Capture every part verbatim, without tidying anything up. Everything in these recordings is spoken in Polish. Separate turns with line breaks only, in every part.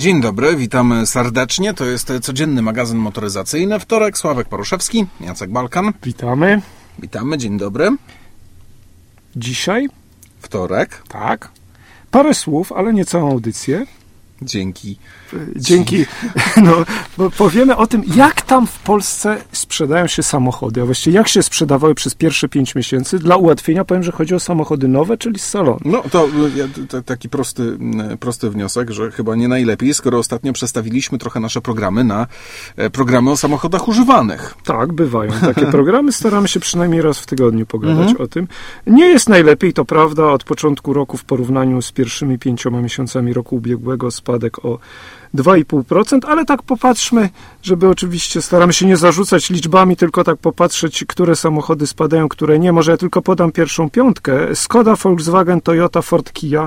Dzień dobry, witamy serdecznie. To jest codzienny magazyn motoryzacyjny. Wtorek, Sławek Poruszewski, Jacek Balkan.
Witamy.
Witamy, dzień dobry.
Dzisiaj?
Wtorek.
Tak. Parę słów, ale nie całą audycję.
Dzięki.
Dzięki. No, bo powiemy o tym, jak tam w Polsce sprzedają się samochody, a właściwie jak się sprzedawały przez pierwsze pięć miesięcy. Dla ułatwienia powiem, że chodzi o samochody nowe, czyli z salonu.
No to ja, to taki prosty, prosty wniosek, że chyba nie najlepiej, skoro ostatnio przestawiliśmy trochę nasze programy na programy o samochodach używanych.
Tak, bywają takie programy. Staramy się przynajmniej raz w tygodniu pogadać mhm. o tym. Nie jest najlepiej, to prawda, od początku roku w porównaniu z pierwszymi pięcioma miesiącami roku ubiegłego spadek o dwa i pół procent, ale tak popatrzmy, żeby oczywiście staramy się nie zarzucać liczbami, tylko tak popatrzeć, które samochody spadają, które nie. Może ja tylko podam pierwszą piątkę. Skoda, Volkswagen, Toyota, Ford, Kia.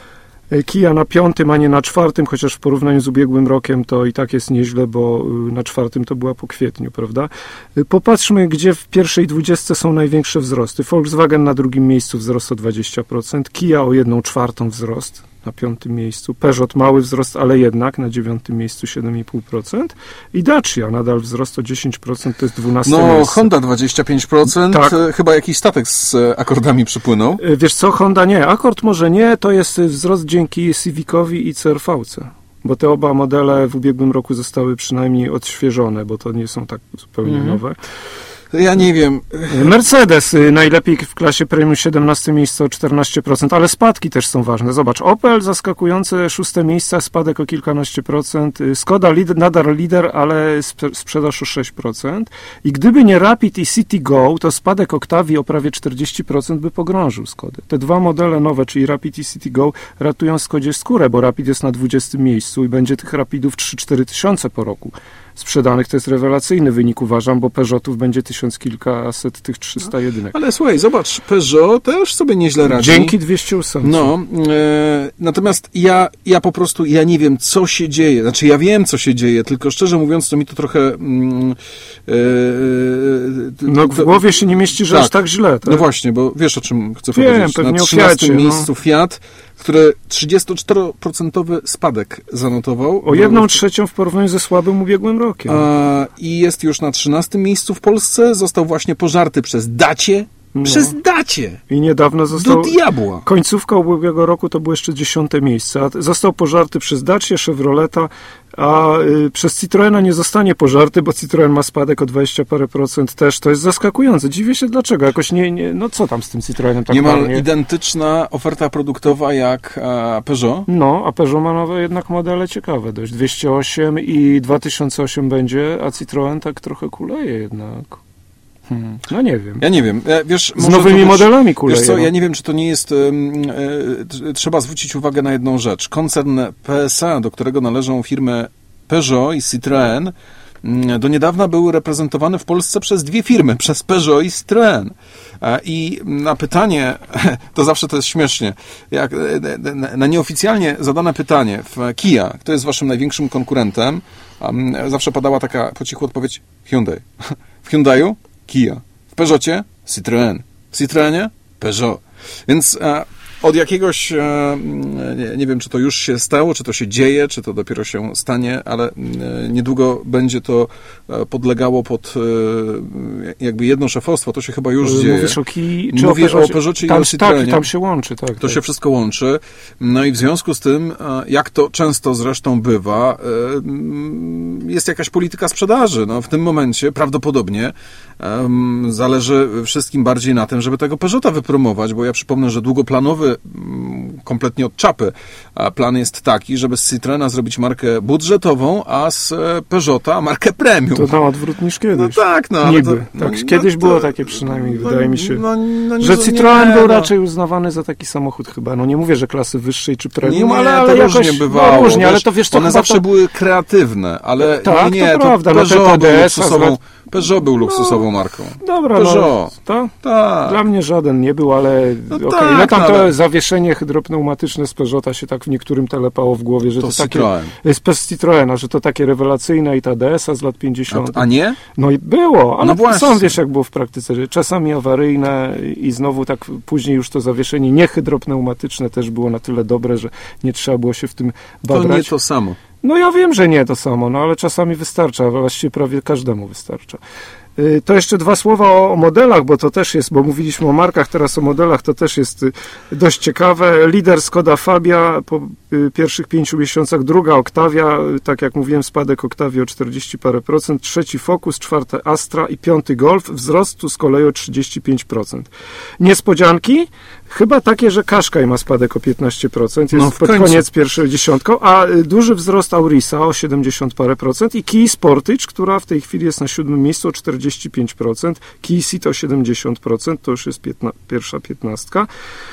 Kia na piątym, a nie na czwartym, chociaż w porównaniu z ubiegłym rokiem to i tak jest nieźle, bo na czwartym to była po kwietniu, prawda? Popatrzmy, gdzie w pierwszej dwudziestce są największe wzrosty. Volkswagen na drugim miejscu wzrost o dwadzieścia procent, Kia o jedną czwartą wzrost na piątym miejscu, Peugeot mały wzrost, ale jednak na dziewiątym miejscu siedem i pół procent i Dacia nadal wzrost o dziesięć procent, to jest dwunaste
no,
miejsce.
No, Honda dwadzieścia pięć procent,
tak.
Chyba jakiś statek z akordami przypłynął.
Wiesz co, Honda nie, Akord może nie, to jest wzrost dzięki Civicowi i C R V-ce. Bo te oba modele w ubiegłym roku zostały przynajmniej odświeżone, bo to nie są tak zupełnie mhm. nowe.
Ja nie wiem.
Mercedes najlepiej w klasie premium, siedemnaste miejsce o czternaście procent, ale spadki też są ważne. Zobacz, Opel zaskakujące szóste miejsce, spadek o kilkanaście procent. Skoda lider, nadal lider, ale sprzedaż o sześć procent. I gdyby nie Rapid i City Go, to spadek Octavii o prawie czterdzieści procent by pogrążył Skodę. Te dwa modele nowe, czyli Rapid i City Go, ratują Skodzie skórę, bo Rapid jest na dwudziestym miejscu i będzie tych Rapidów trzy cztery tysiące po roku sprzedanych. To jest rewelacyjny wynik, uważam, bo Peugeotów będzie tysiąc kilkaset, tych trzysta jedynek.
Ale słuchaj, zobacz, Peugeot też sobie nieźle radzi.
Dzięki dwieście osiem.
No, e, natomiast ja, ja po prostu, ja nie wiem, co się dzieje. Znaczy, ja wiem, co się dzieje, tylko szczerze mówiąc, to mi to trochę... Mm, e,
no, w
to,
głowie się nie mieści, że
tak,
aż tak źle. Tak?
No właśnie, bo wiesz, o czym chcę
wiem,
powiedzieć.
Pewnie
Na
o
trzynastym
Fiacie,
miejscu
no.
Fiat, który trzydziestoczteroprocentowy spadek zanotował.
O jedną trzecią w porównaniu ze słabym ubiegłym rokiem.
A, I jest już na trzynastym miejscu w Polsce. Został właśnie pożarty przez Dacie.
No.
Przez Dacie!
I niedawno został...
Do diabła!
Końcówka ubiegłego roku to było jeszcze dziesiąte miejsce. A został pożarty przez Dacię, Chevroleta, a y, przez Citroena nie zostanie pożarty, bo Citroen ma spadek o dwadzieścia parę procent też. To jest zaskakujące. Dziwię się dlaczego. Jakoś nie... nie no co tam z tym Citroenem tak
Niemal
parnie?
identyczna oferta produktowa jak a, Peugeot.
No, a Peugeot ma nowe jednak modele ciekawe dość. dwieście osiem i dwa tysiące osiem będzie, a Citroen tak trochę kuleje jednak. Hmm. No nie wiem.
Ja nie wiem. Wiesz,
z nowymi być, modelami kuleje.
Wiesz co, ja nie wiem, czy to nie jest... Um, e, trzeba zwrócić uwagę na jedną rzecz. Koncern P S A, do którego należą firmy Peugeot i Citroen, do niedawna był reprezentowany w Polsce przez dwie firmy, przez Peugeot i Citroen. I na pytanie, to zawsze to jest śmiesznie, jak na nieoficjalnie zadane pytanie w Kia, kto jest waszym największym konkurentem, zawsze padała taka po cichu odpowiedź Hyundai. W Hyundaiu Kia. W Peugeotie Citroen. W Citroenie Peugeot. Więc e, od jakiegoś, e, nie, nie wiem, czy to już się stało, czy to się dzieje, czy to dopiero się stanie, ale e, niedługo będzie to e, podlegało pod e, jakby jedno szefostwo. To się chyba już
Mówisz
dzieje.
Mówisz o Kii, czy
Mówię
o Peugeotie,
o Peugeocie
tam,
i o Citroenie.
Tak, tam się łączy. Tak,
to
tak.
się wszystko łączy. No i w związku z tym, jak to często zresztą bywa, jest jakaś polityka sprzedaży. No, w tym momencie prawdopodobnie um, zależy wszystkim bardziej na tym, żeby tego Peugeota wypromować, bo ja przypomnę, że długoplanowy, kompletnie od czapy, a plan jest taki, żeby z Citroena zrobić markę budżetową, a z Peugeota markę premium.
To na odwrót niż kiedyś.
No tak, no.
Niby.
To,
tak,
no,
kiedyś
to,
było takie przynajmniej, no, wydaje mi się,
no, no, nie,
że Citroen
nie,
był
no.
raczej uznawany za taki samochód chyba. No nie mówię, że klasy wyższej czy premium,
nie, nie,
ale, ale
to
jakoś
różnie bywało.
No, różnie,
wiesz,
ale to wiesz, to
one zawsze
to...
były kreatywne, ale
tak,
nie, nie,
to,
to
prawda.
Peugeot,
no,
był
lat...
luksusową, Peugeot był luksusową
no,
marką.
Dobra,
Peugeot.
no, to?
Tak.
Dla mnie żaden nie był, ale
no
okej.
tak,
No tam to
ale...
zawieszenie hydropneumatyczne z Peugeota się tak w niektórym telepało w głowie, że
to,
to,
to
takie... Z Citroena, że to takie rewelacyjne i ta D S A z lat pięćdziesiątych.
A, a nie?
No i było, ale
no właśnie.
sam wiesz, jak było w praktyce, że czasami awaryjne i znowu tak później już to zawieszenie niehydropneumatyczne też było na tyle dobre, że nie trzeba było się w tym babrać.
To nie to samo.
No ja wiem, że nie to samo, no ale czasami wystarcza, właściwie prawie każdemu wystarcza. To jeszcze dwa słowa o modelach, bo to też jest, bo mówiliśmy o markach, teraz o modelach, to też jest dość ciekawe. Lider Skoda Fabia po pierwszych pięciu miesiącach, druga Octavia, tak jak mówiłem, spadek Octavii o czterdzieści parę procent, trzeci Focus, czwarte Astra i piąty Golf, wzrostu z kolei o trzydzieści pięć procent. Niespodzianki? Chyba takie, że Qashqai ma spadek o piętnaście procent, jest no, pod końcu. Koniec pierwszej dziesiątką, a duży wzrost Aurisa o siedemdziesiąt parę procent i Kia Sportage, która w tej chwili jest na siódmym miejscu o czterdzieści pięć procent, Kia Ceed o siedemdziesiąt procent, to już jest piętna, pierwsza piętnastka.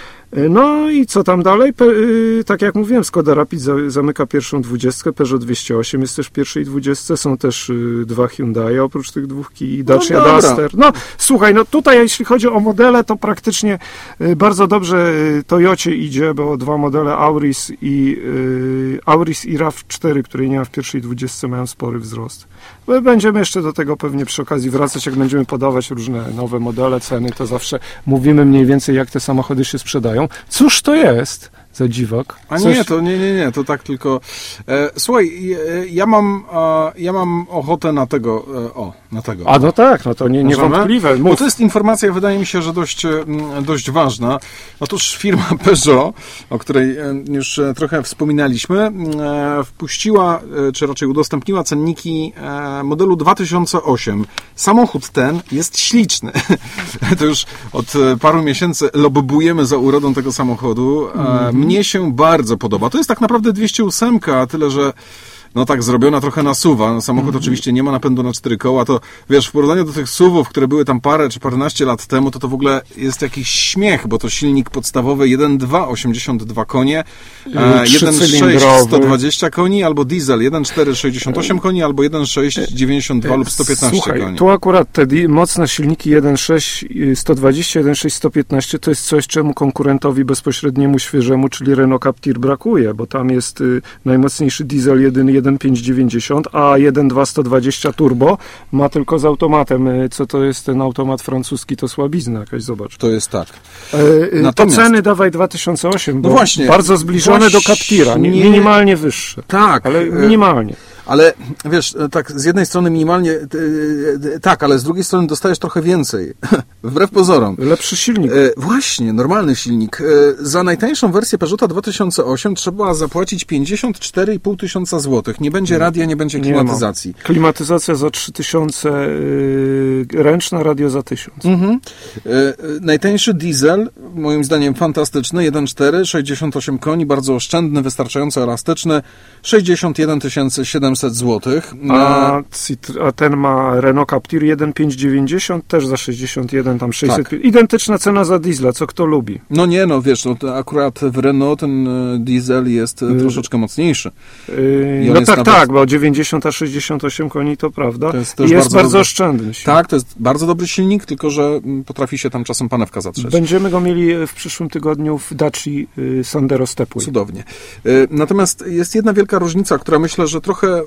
No i co tam dalej? Pe, tak jak mówiłem, Skoda Rapid za, zamyka pierwszą dwudziestkę, Peugeot dwieście osiem jest też w pierwszej dwudziestce, są też y, dwa Hyundai oprócz tych dwóch Kii, Dacia no Duster. No słuchaj, no tutaj jeśli chodzi o modele, to praktycznie y, bardzo dobrze y, Toyocie idzie, bo dwa modele Auris i y, Auris i RAV cztery, której nie ma w pierwszej dwudziestce, mają spory wzrost. My będziemy jeszcze do tego pewnie przy okazji wracać, jak będziemy podawać różne nowe modele, ceny, to zawsze mówimy mniej więcej, jak te samochody się sprzedają. Cóż to jest za dziwak?
A
Coś...
nie, to nie, nie, nie, to tak tylko... E, słuchaj, e, ja mam e, ja mam ochotę na tego, e, o, na tego.
A no tak, no to nie, niewątpliwe.
Bo to jest informacja, wydaje mi się, że dość, dość ważna. Otóż firma Peugeot, o której już trochę wspominaliśmy, e, wpuściła, czy raczej udostępniła cenniki e, modelu dwa tysiące osiem. Samochód ten jest śliczny. To już od paru miesięcy lobbujemy za urodą tego samochodu. E, Mnie się bardzo podoba. To jest tak naprawdę dwieście osiem, tyle że no tak, zrobiona trochę na suwa. No, samochód mm-hmm. oczywiście nie ma napędu na cztery koła, to wiesz, w porównaniu do tych suwów, które były tam parę czy paręnaście lat temu, to to w ogóle jest jakiś śmiech, bo to silnik podstawowy jeden przecinek dwa, osiemdziesiąt dwa konie, e, jeden przecinek sześć, sto dwadzieścia koni, albo diesel jeden przecinek cztery, sześćdziesiąt osiem koni, albo jeden przecinek sześć, dziewięćdziesiąt dwa lub sto piętnaście
Słuchaj,
koni.
Tu akurat te di- mocne silniki jeden przecinek sześć, sto dwadzieścia, jeden przecinek sześć, sto piętnaście to jest coś, czemu konkurentowi bezpośredniemu, świeżemu, czyli Renault Captur brakuje, bo tam jest y, najmocniejszy diesel jeden przecinek pięć dziewięćdziesiąt, a jeden przecinek dwa, sto dwadzieścia turbo ma tylko z automatem. Co to jest ten automat francuski? To słabizna jakaś, zobacz.
To jest tak.
E, Natomiast... To ceny dawaj dwa tysiące osiem, bo
no właśnie,
bardzo zbliżone właśnie... do Captura, minimalnie wyższe.
Tak.
Ale minimalnie.
Ale wiesz, tak z jednej strony minimalnie tak, ale z drugiej strony dostajesz trochę więcej. Wbrew pozorom.
Lepszy silnik.
E, właśnie, normalny silnik. E, za najtańszą wersję Peugeota dwa tysiące osiem trzeba zapłacić pięćdziesiąt cztery i pół tysiąca złotych. Nie będzie radia, nie będzie klimatyzacji.
Nie Klimatyzacja za trzy tysiące, yy, ręczna, radio za tysiąc.
Mhm. E, najtańszy diesel, moim zdaniem fantastyczny, jeden przecinek cztery, sześćdziesiąt osiem koni, bardzo oszczędny, wystarczająco elastyczny, sześćdziesiąt jeden tysięcy siedemset złotych.
A, a ten ma Renault Captur jeden przecinek pięć dziewięćdziesiąt, też za sześćdziesiąt jeden, tam sześćset. Tak. Identyczna cena za diesla, co kto lubi.
No nie, no wiesz, no, akurat w Renault ten diesel jest yy, troszeczkę mocniejszy.
Yy, no tak, nawet... tak, bo dziewięćdziesiąt a sześćdziesiąt osiem koni to prawda. To jest, też I jest bardzo, bardzo oszczędny silnik.
Tak, to jest bardzo dobry silnik, tylko że potrafi się tam czasem panewka zatrzeć.
Będziemy go mieli w przyszłym tygodniu w Daci yy, Sandero Stepway.
Cudownie. Yy, natomiast jest jedna wielka różnica, która myślę, że trochę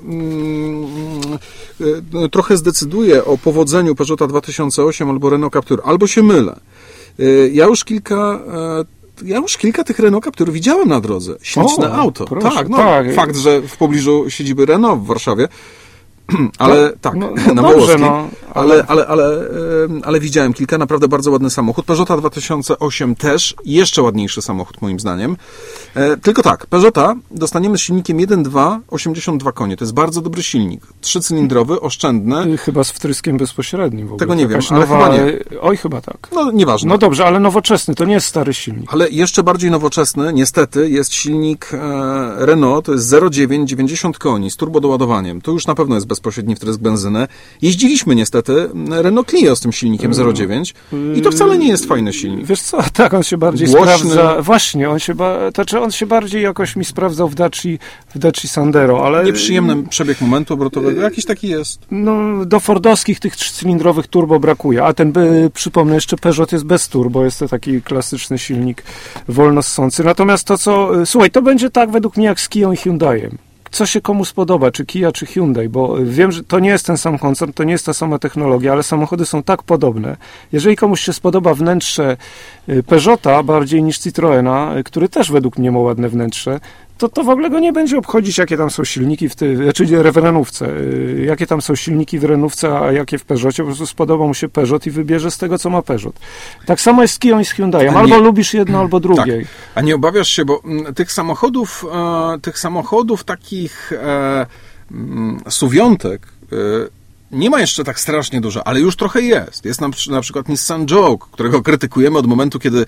yy, trochę zdecyduje o powodzeniu Peugeota dwa tysiące osiem albo Renault Captur. Albo się mylę. Yy, ja już kilka yy, Ja już kilka tych Renault Captur widziałem na drodze. Śliczne o, auto. Proszę, tak, no, tak. Fakt, że w pobliżu siedziby Renault w Warszawie, ale no, tak, no, no na Wołowskiej, no, ale... Ale, ale, ale, ale widziałem kilka, naprawdę bardzo ładny samochód. Peugeota dwa tysiące osiem też, jeszcze ładniejszy samochód moim zdaniem. E, tylko tak, Peugeota dostaniemy z silnikiem jeden przecinek dwa, osiemdziesiąt dwa konie. To jest bardzo dobry silnik. Trzycylindrowy, oszczędny.
Chyba z wtryskiem bezpośrednim w ogóle.
Tego nie wiem,
ale
nowa... chyba nie.
Oj, chyba tak.
No, nieważne.
No dobrze, ale nowoczesny, to nie jest stary silnik.
Ale jeszcze bardziej nowoczesny, niestety, jest silnik e, Renault, to jest zero przecinek dziewięć, dziewięćdziesiąt koni z turbodoładowaniem. To już na pewno jest bezpośredni wtrysk benzyny. Jeździliśmy niestety Renault Clio z tym silnikiem zero przecinek dziewięć i to wcale nie jest fajny silnik.
Wiesz co, tak, on się bardziej Głośny. sprawdza. Właśnie, on się, ba... to, czy on się bardziej jakoś mi sprawdzał w Daci, w Daci Sandero, ale...
Nieprzyjemny przebieg momentu obrotowego, jakiś taki jest.
No, do fordowskich tych trzycylindrowych turbo brakuje, a ten, by, przypomnę, jeszcze Peugeot jest bez turbo, jest to taki klasyczny silnik wolnossący. Natomiast to, co... Słuchaj, to będzie tak według mnie jak z Kią i Hyundaiem. Co się komu spodoba, czy Kia, czy Hyundai, bo wiem, że to nie jest ten sam koncern, to nie jest ta sama technologia, ale samochody są tak podobne. Jeżeli komuś się spodoba wnętrze Peugeota bardziej niż Citroena, który też według mnie ma ładne wnętrze, to, to w ogóle go nie będzie obchodzić, jakie tam są silniki w tej, czyli w Renówce, jakie tam są silniki w Renówce, a jakie w Peugeotie. Po prostu spodoba mu się Peugeot i wybierze z tego, co ma Peugeot. Tak samo jest z Kią i z Hyundaiem. Albo nie, lubisz jedno, albo drugie.
Tak. A nie obawiasz się, bo m, tych samochodów, e, tych samochodów takich e, m, suwiątek e, nie ma jeszcze tak strasznie dużo, ale już trochę jest. Jest na, na przykład Nissan Joke, którego krytykujemy od momentu, kiedy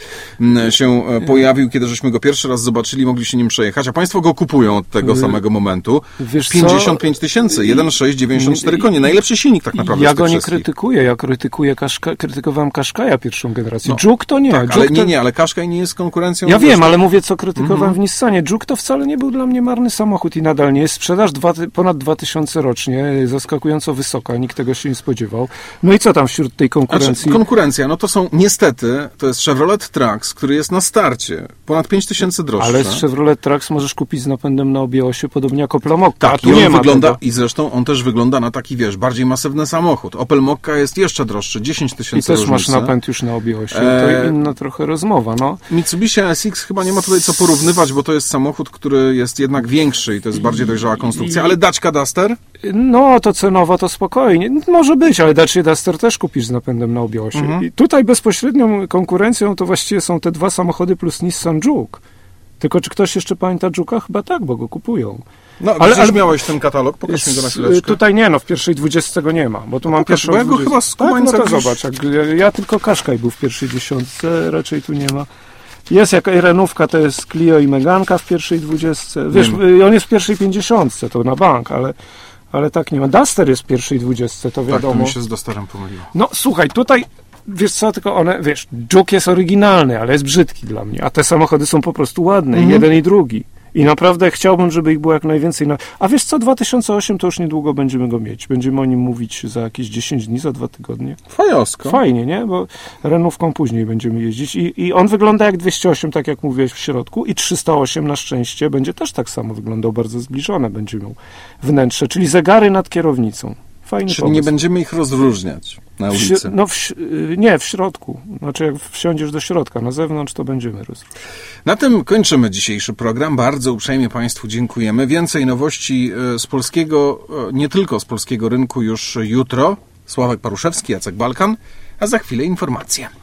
się pojawił, kiedy żeśmy go pierwszy raz zobaczyli, mogli się nim przejechać, a państwo go kupują od tego samego momentu. Wiesz pięćdziesiąt pięć tysięcy, jeden przecinek sześć dziewięćdziesiąt cztery konie. Najlepszy silnik tak naprawdę.
Ja go nie krytykuję, ja krytykuję Kaszka, krytykowałem Qashqai'a pierwszą generację.
No,
Juke to nie.
Tak,
Juke
ale
to...
nie, nie, ale Qashqai nie jest konkurencją.
Ja wiem, ale mówię, co krytykowałem mm-hmm. w Nissanie. Juke to wcale nie był dla mnie marny samochód i nadal nie jest. Sprzedaż dwa, ponad dwa tysiące rocznie, zaskakująco wysoka, nikt tego się nie spodziewał. No i co tam wśród tej konkurencji?
Znaczy, konkurencja, no to są niestety, to jest Chevrolet Trax, który jest na starcie ponad pięć tysięcy droższy.
Ale z Chevrolet Trax możesz kupić z napędem na obie osie, podobnie jak Opel Mokka.
Tak,
tu
i
nie
on
ma
wygląda,
tego.
i zresztą on też wygląda na taki, wiesz, bardziej masywny samochód. Opel Mokka jest jeszcze droższy, dziesięć tysięcy
I też
różnicy.
masz napęd już na obie osie. To inna trochę rozmowa, no.
Mitsubishi A S X chyba nie ma tutaj co porównywać, bo to jest samochód, który jest jednak większy i to jest bardziej dojrzała konstrukcja.
I...
Ale Dacia Duster?
No, to cenowo to spokojnie. Może być, ale Dacia Duster też kupisz z napędem na obie osie.
Mhm.
I tutaj bezpośrednią konkurencją to właściwie są te dwa samochody plus Nissan Juke. Tylko czy ktoś jeszcze pamięta Juke'a? Chyba tak, bo go kupują.
No, ale, ale miałeś ten katalog? Pokaż mi go na chwileczkę.
Tutaj nie, no w pierwszej dwudziestce go nie ma, bo tu
no,
mam
pokaż,
pierwszą
bo ja go
dwudziestkę.
chyba z
Tak, no to
gdzieś...
zobacz, jak, ja, ja tylko Qashqai był w pierwszej dziesiątce, raczej tu nie ma. Jest jak Renówka, to jest Clio i Meganka w pierwszej dwudziestce. Wiesz, on jest w pierwszej pięćdziesiątce, to na bank, ale... Ale tak nie ma. Duster jest w pierwszej dwudziestce, to wiadomo.
Tak, to mi się z Dusterem pomyliło.
No słuchaj, tutaj, wiesz co, tylko one, wiesz, Juke jest oryginalny, ale jest brzydki dla mnie, a te samochody są po prostu ładne, mhm. jeden i drugi. I naprawdę chciałbym, żeby ich było jak najwięcej. Na... A wiesz co, dwa tysiące osiem to już niedługo będziemy go mieć. Będziemy o nim mówić za jakieś dziesięć dni, za dwa tygodnie.
Fajowsko.
Fajnie, nie? Bo Renówką później będziemy jeździć. I, I on wygląda jak dwieście osiem, tak jak mówiłeś w środku. I trzysta osiem na szczęście będzie też tak samo wyglądał, bardzo zbliżone będzie miał wnętrze. Czyli zegary nad kierownicą. Fajny
Czyli
pomysł.
nie będziemy ich rozróżniać na ulicy.
W, no w, nie, w środku. Znaczy jak wsiądziesz do środka, na zewnątrz to będziemy rozróżniać.
Na tym kończymy dzisiejszy program. Bardzo uprzejmie Państwu dziękujemy. Więcej nowości z polskiego, nie tylko z polskiego rynku już jutro. Sławek Paruszewski, Jacek Balkan, a za chwilę informacje.